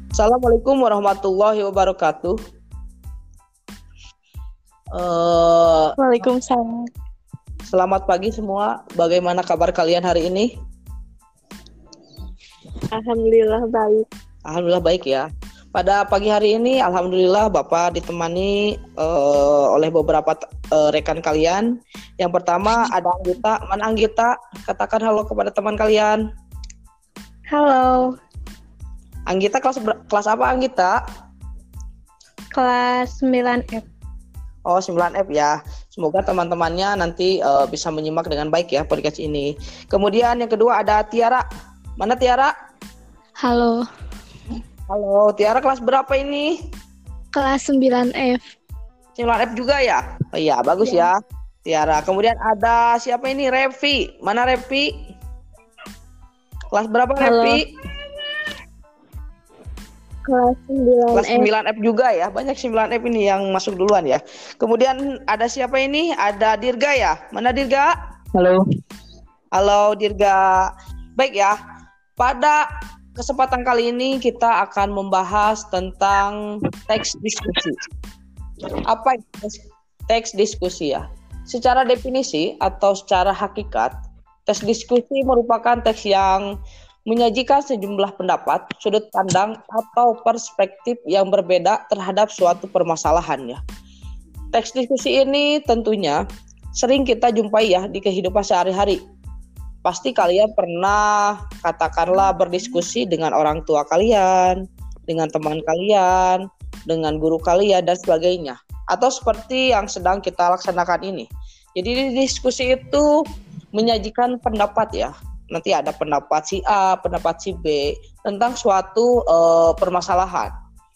Assalamualaikum warahmatullahi wabarakatuh. Eh, Waalaikumsalam. Selamat pagi semua. Bagaimana kabar kalian hari ini? Alhamdulillah baik. Alhamdulillah baik ya. Pada pagi hari ini, alhamdulillah Bapak ditemani oleh beberapa rekan kalian. Yang pertama ada Anggita. Mana Anggita? Katakan halo kepada teman kalian. Halo, Anggita kelas apa Anggita? kelas 9F. Oh, 9F ya. Semoga teman-temannya nanti bisa menyimak dengan baik ya podcast ini. Kemudian yang kedua ada Tiara. Mana Tiara? Halo, Halo, Tiara kelas berapa ini? kelas 9F. 9F juga ya? Oh iya, bagus ya. Tiara. Kemudian ada siapa ini? Revi. Mana Revi? Kelas berapa Halo. Revi? Kelas Kelas 9F. 9F juga ya. Banyak 9F ini yang masuk duluan ya. Kemudian ada siapa ini? Ada Dirga ya? Mana Dirga? Halo. Halo Dirga. Baik ya. Pada kesempatan kali ini kita akan membahas tentang teks diskusi. Apa itu teks diskusi ya? Secara definisi atau secara hakikat, teks diskusi merupakan teks yang menyajikan sejumlah pendapat, sudut pandang, atau perspektif yang berbeda terhadap suatu permasalahan ya. Teks diskusi ini tentunya sering kita jumpai ya di kehidupan sehari-hari. Pasti kalian pernah katakanlah berdiskusi dengan orang tua kalian, dengan teman kalian, dengan guru kalian dan sebagainya. Atau seperti yang sedang kita laksanakan ini. Jadi di diskusi itu menyajikan pendapat ya. Nanti ada pendapat si A, pendapat si B tentang suatu permasalahan.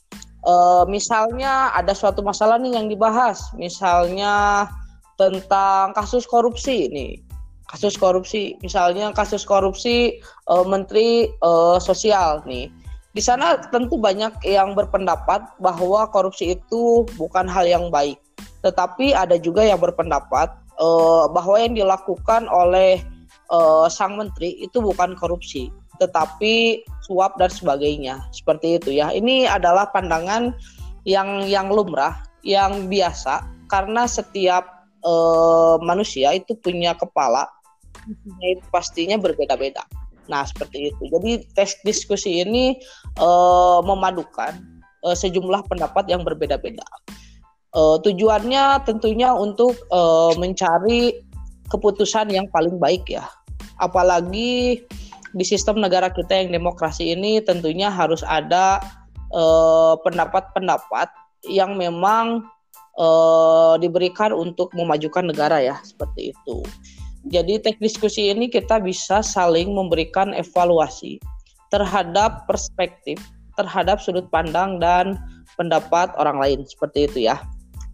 Misalnya ada suatu masalah nih yang dibahas. Misalnya tentang kasus korupsi nih. Kasus korupsi, misalnya kasus korupsi Menteri Sosial nih. Di sana tentu banyak yang berpendapat bahwa korupsi itu bukan hal yang baik. Tetapi ada juga yang berpendapat bahwa yang dilakukan oleh sang menteri itu bukan korupsi, tetapi suap dan sebagainya. Seperti itu ya. Ini adalah pandangan yang lumrah, yang biasa karena setiap manusia itu punya kepala, itu pastinya berbeda-beda. Nah seperti itu. Jadi teks diskusi ini memadukan sejumlah pendapat yang berbeda-beda. Tujuannya tentunya untuk mencari keputusan yang paling baik ya. Apalagi di sistem negara kita yang demokrasi ini tentunya harus ada pendapat-pendapat yang memang diberikan untuk memajukan negara ya, seperti itu. Jadi teks diskusi ini kita bisa saling memberikan evaluasi terhadap perspektif, terhadap sudut pandang dan pendapat orang lain, seperti itu ya.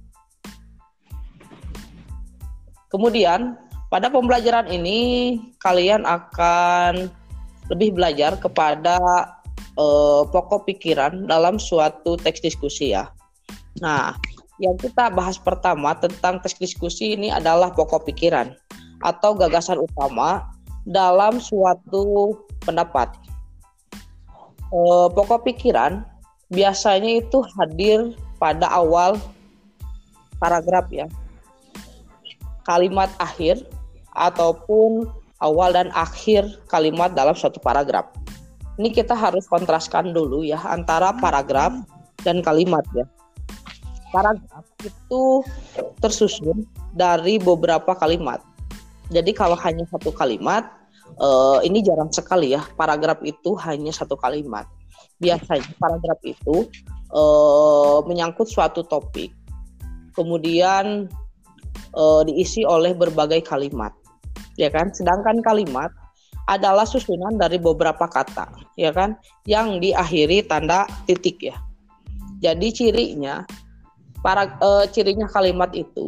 Kemudian pada pembelajaran ini kalian akan lebih belajar kepada pokok pikiran dalam suatu teks diskusi ya. Nah, yang kita bahas pertama tentang teks diskusi ini adalah pokok pikiran atau gagasan utama dalam suatu pendapat. Pokok pikiran biasanya itu hadir pada awal paragraf ya, kalimat akhir ataupun awal dan akhir kalimat dalam suatu paragraf. Ini kita harus kontraskan dulu ya antara paragraf dan kalimat ya. Paragraf itu tersusun dari beberapa kalimat. Jadi kalau hanya satu kalimat, ini jarang sekali ya. Paragraf itu hanya satu kalimat. Biasanya paragraf itu menyangkut suatu topik, kemudian diisi oleh berbagai kalimat, ya kan? Sedangkan kalimat adalah susunan dari beberapa kata, ya kan? Yang diakhiri tanda titik ya. Jadi cirinya kalimat itu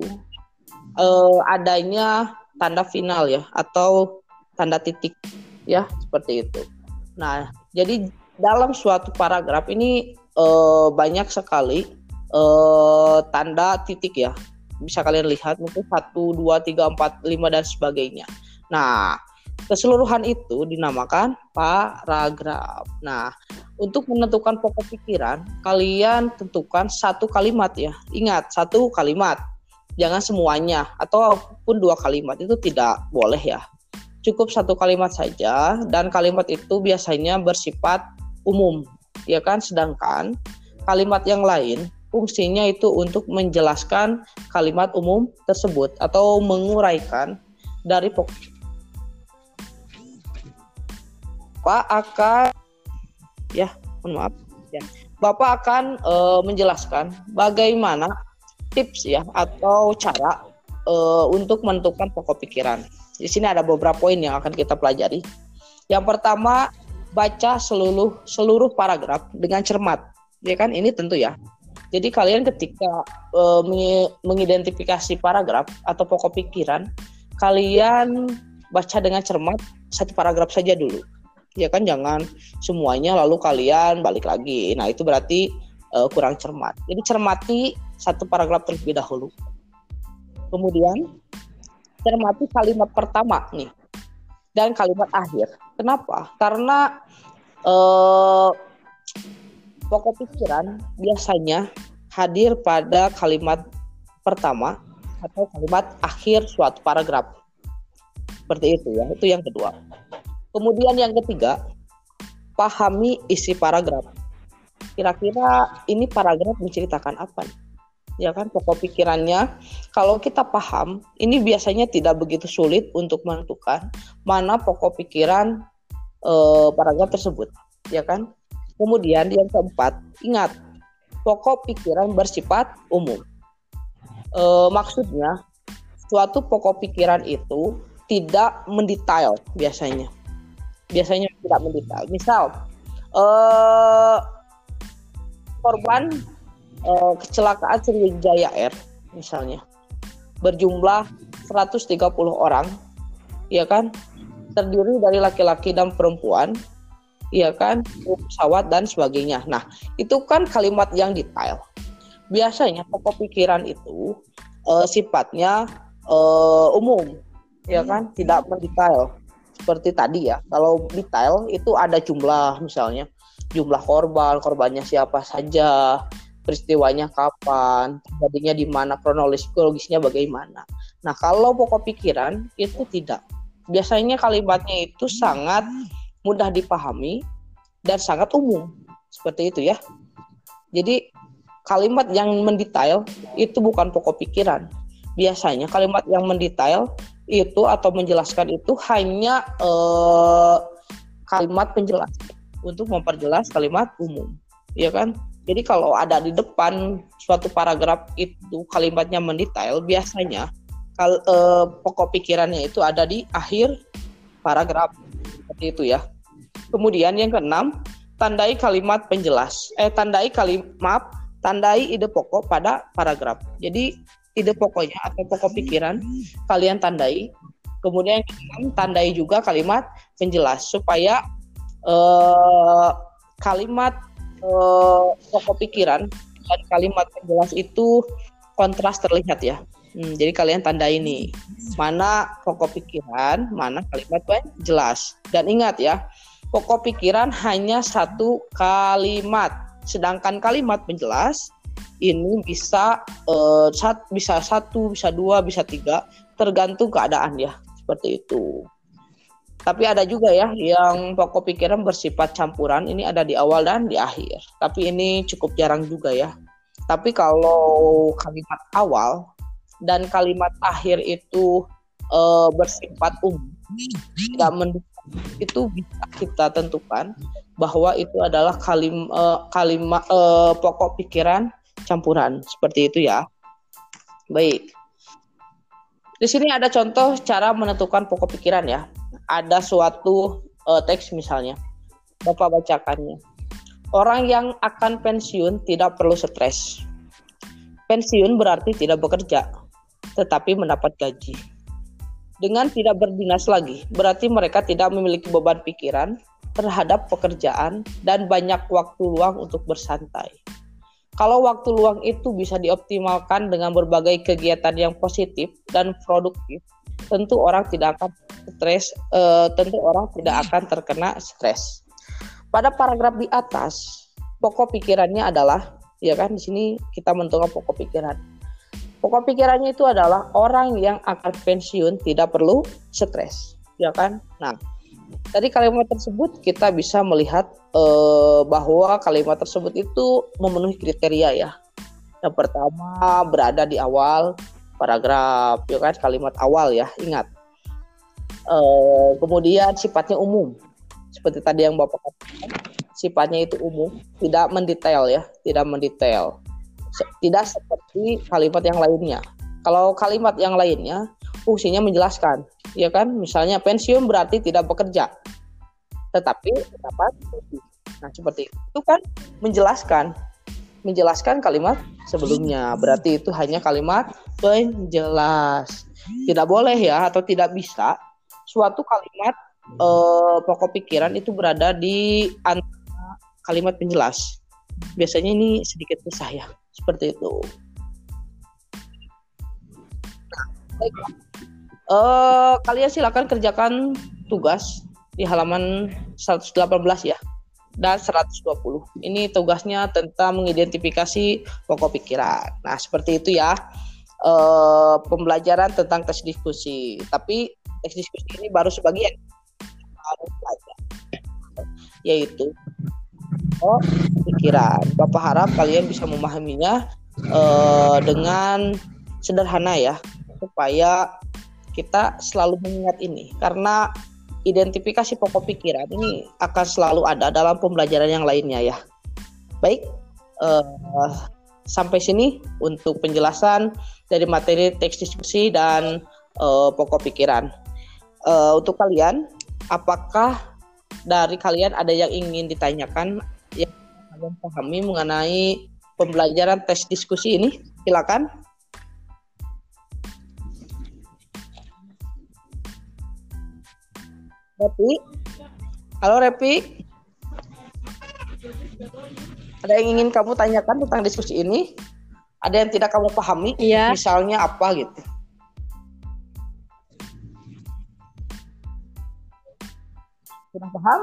adanya tanda final ya atau tanda titik ya, seperti itu. Nah, jadi dalam suatu paragraf ini banyak sekali tanda titik ya. Bisa kalian lihat mungkin 1, 2, 3, 4, 5 dan sebagainya. Nah, Keseluruhan itu dinamakan paragraf. Nah, untuk menentukan pokok pikiran, kalian tentukan satu kalimat ya. Ingat, satu kalimat. Jangan semuanya, ataupun dua kalimat itu tidak boleh ya. Cukup satu kalimat saja, dan kalimat itu biasanya bersifat umum, ya kan? Sedangkan kalimat yang lain fungsinya itu untuk menjelaskan kalimat umum tersebut atau menguraikan dari pokok. Bapak akan Bapak akan menjelaskan bagaimana tips ya atau cara untuk menentukan pokok pikiran. Di sini ada beberapa poin yang akan kita pelajari. Yang pertama, baca seluruh paragraf dengan cermat. Ya kan, ini tentu ya. Jadi kalian ketika mengidentifikasi paragraf atau pokok pikiran, kalian baca dengan cermat satu paragraf saja dulu. Ya kan, jangan semuanya lalu kalian balik lagi. Nah, itu berarti kurang cermat. Jadi cermati satu paragraf terlebih dahulu. Kemudian cermati kalimat pertama nih dan kalimat akhir. Kenapa? Karena pokok pikiran biasanya hadir pada kalimat pertama atau kalimat akhir suatu paragraf. Seperti itu ya. Itu yang kedua. Kemudian yang ketiga, pahami isi paragraf. Kira-kira ini paragraf menceritakan apa nih? Ya kan, pokok pikirannya. Kalau kita paham, ini biasanya tidak begitu sulit untuk menentukan mana pokok pikiran paragraf tersebut. Ya kan? Kemudian yang keempat, ingat, pokok pikiran bersifat umum. Maksudnya, suatu pokok pikiran itu tidak mendetail biasanya. Biasanya tidak mendetail. Misal, korban kecelakaan Sriwijaya Air misalnya berjumlah 130 orang, ya kan, terdiri dari laki-laki dan perempuan, ya kan, pesawat dan sebagainya. Nah, itu kan kalimat yang detail. Biasanya pokok pikiran itu sifatnya umum, ya kan, tidak mendetail. Seperti tadi ya, kalau detail itu ada jumlah, misalnya jumlah korbannya siapa saja, peristiwanya kapan, terjadinya di mana, kronologisnya bagaimana. Nah, kalau pokok pikiran itu tidak. Biasanya kalimatnya itu sangat mudah dipahami dan sangat umum. Seperti itu ya. Jadi kalimat yang mendetail itu bukan pokok pikiran. Biasanya kalimat yang mendetail itu atau menjelaskan itu hanya kalimat penjelas untuk memperjelas kalimat umum, ya kan? Jadi kalau ada di depan suatu paragraf itu kalimatnya mendetail, biasanya pokok pikirannya itu ada di akhir paragraf, seperti itu ya. Kemudian yang keenam, tandai kalimat penjelas. Tandai ide pokok pada paragraf. Jadi ide pokoknya atau pokok pikiran kalian tandai. Kemudian tandai juga kalimat penjelas supaya kalimat pokok pikiran dan kalimat penjelas itu kontras terlihat ya. Jadi kalian tandai ini mana pokok pikiran, mana kalimat penjelas. Dan ingat ya, pokok pikiran hanya satu kalimat, sedangkan kalimat penjelas ini bisa satu, bisa dua, bisa tiga, tergantung keadaan ya, seperti itu. Tapi ada juga ya yang pokok pikiran bersifat campuran, ini ada di awal dan di akhir. Tapi ini cukup jarang juga ya. Tapi kalau kalimat awal dan kalimat akhir itu bersifat tidak mendukung, itu bisa kita tentukan bahwa itu adalah kalimat pokok pikiran campuran, seperti itu ya. Baik. Di sini ada contoh cara menentukan pokok pikiran ya. Ada suatu teks misalnya. Bapak bacakannya. Orang yang akan pensiun tidak perlu stres. Pensiun berarti tidak bekerja, tetapi mendapat gaji. Dengan tidak berdinas lagi, berarti mereka tidak memiliki beban pikiran terhadap pekerjaan dan banyak waktu luang untuk bersantai. Kalau waktu luang itu bisa dioptimalkan dengan berbagai kegiatan yang positif dan produktif, tentu orang tidak akan stres, tentu orang tidak akan terkena stres. Pada paragraf di atas, pokok pikirannya adalah, ya kan, di sini kita menentukan pokok pikiran. Pokok pikirannya itu adalah orang yang akan pensiun tidak perlu stres, ya kan? Nah, dari kalimat tersebut kita bisa melihat bahwa kalimat tersebut itu memenuhi kriteria ya. Yang pertama berada di awal paragraf, ya kan, kalimat awal ya, ingat. Kemudian sifatnya umum, seperti tadi yang Bapak katakan, sifatnya itu umum, tidak mendetail ya, tidak mendetail. Tidak seperti kalimat yang lainnya. Kalau kalimat yang lainnya fungsinya menjelaskan, ya kan? Misalnya pensiun berarti tidak bekerja, tetapi dapat gaji. Nah, seperti itu kan menjelaskan kalimat sebelumnya. Berarti itu hanya kalimat penjelas. Tidak boleh ya, atau tidak bisa suatu kalimat pokok pikiran itu berada di antara kalimat penjelas. Biasanya ini sedikit susah ya, seperti itu. Nah, baik. Kalian silakan kerjakan tugas di halaman 118 ya dan 120. Ini tugasnya tentang mengidentifikasi pokok pikiran. Nah, seperti itu ya. Pembelajaran tentang tes diskusi. Tapi tes diskusi ini baru sebagian, yaitu pikiran. Bapak harap kalian bisa memahaminya dengan sederhana ya, supaya kita selalu mengingat ini, karena identifikasi pokok pikiran ini akan selalu ada dalam pembelajaran yang lainnya ya. Baik, sampai sini untuk penjelasan dari materi teks diskusi dan pokok pikiran. Untuk kalian, apakah dari kalian ada yang ingin ditanyakan yang kalian pahami mengenai pembelajaran tes diskusi ini? Silakan. Repi, halo Repi, ada yang ingin kamu tanyakan tentang diskusi ini? Ada yang tidak kamu pahami? Iya. Misalnya apa gitu? Sudah paham?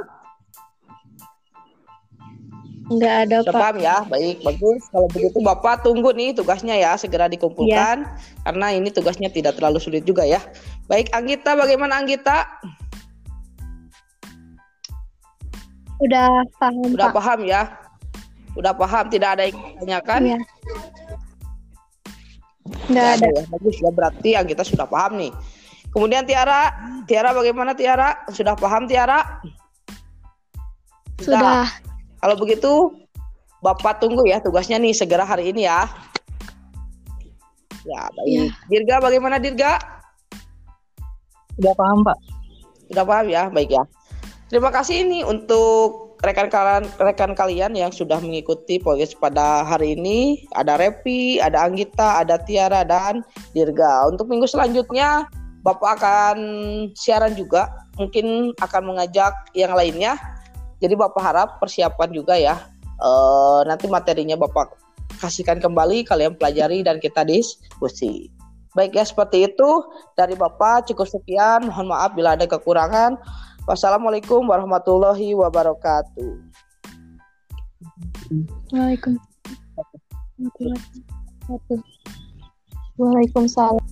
Nggak ada, Sudah Pak. paham ya? Baik, bagus. Kalau begitu Bapak tunggu nih tugasnya ya, segera dikumpulkan. Karena ini tugasnya tidak terlalu sulit juga ya. Baik, Anggita, bagaimana Anggita? Udah paham, Udah Pak. paham ya? Udah paham, tidak ada yang ditanyakan? Iya. Nggak ada. Ya. Bagus ya, berarti Anggita sudah paham nih. Kemudian Tiara bagaimana Tiara? Sudah paham Tiara? Sudah. Kalau begitu Bapak tunggu ya tugasnya nih segera hari ini ya. Ya, baik. Iya. Dirga bagaimana Dirga? Sudah paham, Pak. Sudah paham ya? Baik ya. Terima kasih ini untuk rekan kalian yang sudah mengikuti podcast pada hari ini. Ada Repi, ada Anggita, ada Tiara dan Dirga. Untuk minggu selanjutnya Bapak akan siaran juga, mungkin akan mengajak yang lainnya. Jadi Bapak harap persiapan juga ya. Nanti materinya Bapak kasihkan kembali, kalian pelajari dan kita diskusi. Baik ya, seperti itu dari Bapak. Cukup sekian. Mohon maaf bila ada kekurangan. Wassalamualaikum warahmatullahi wabarakatuh. Waalaikumsalam.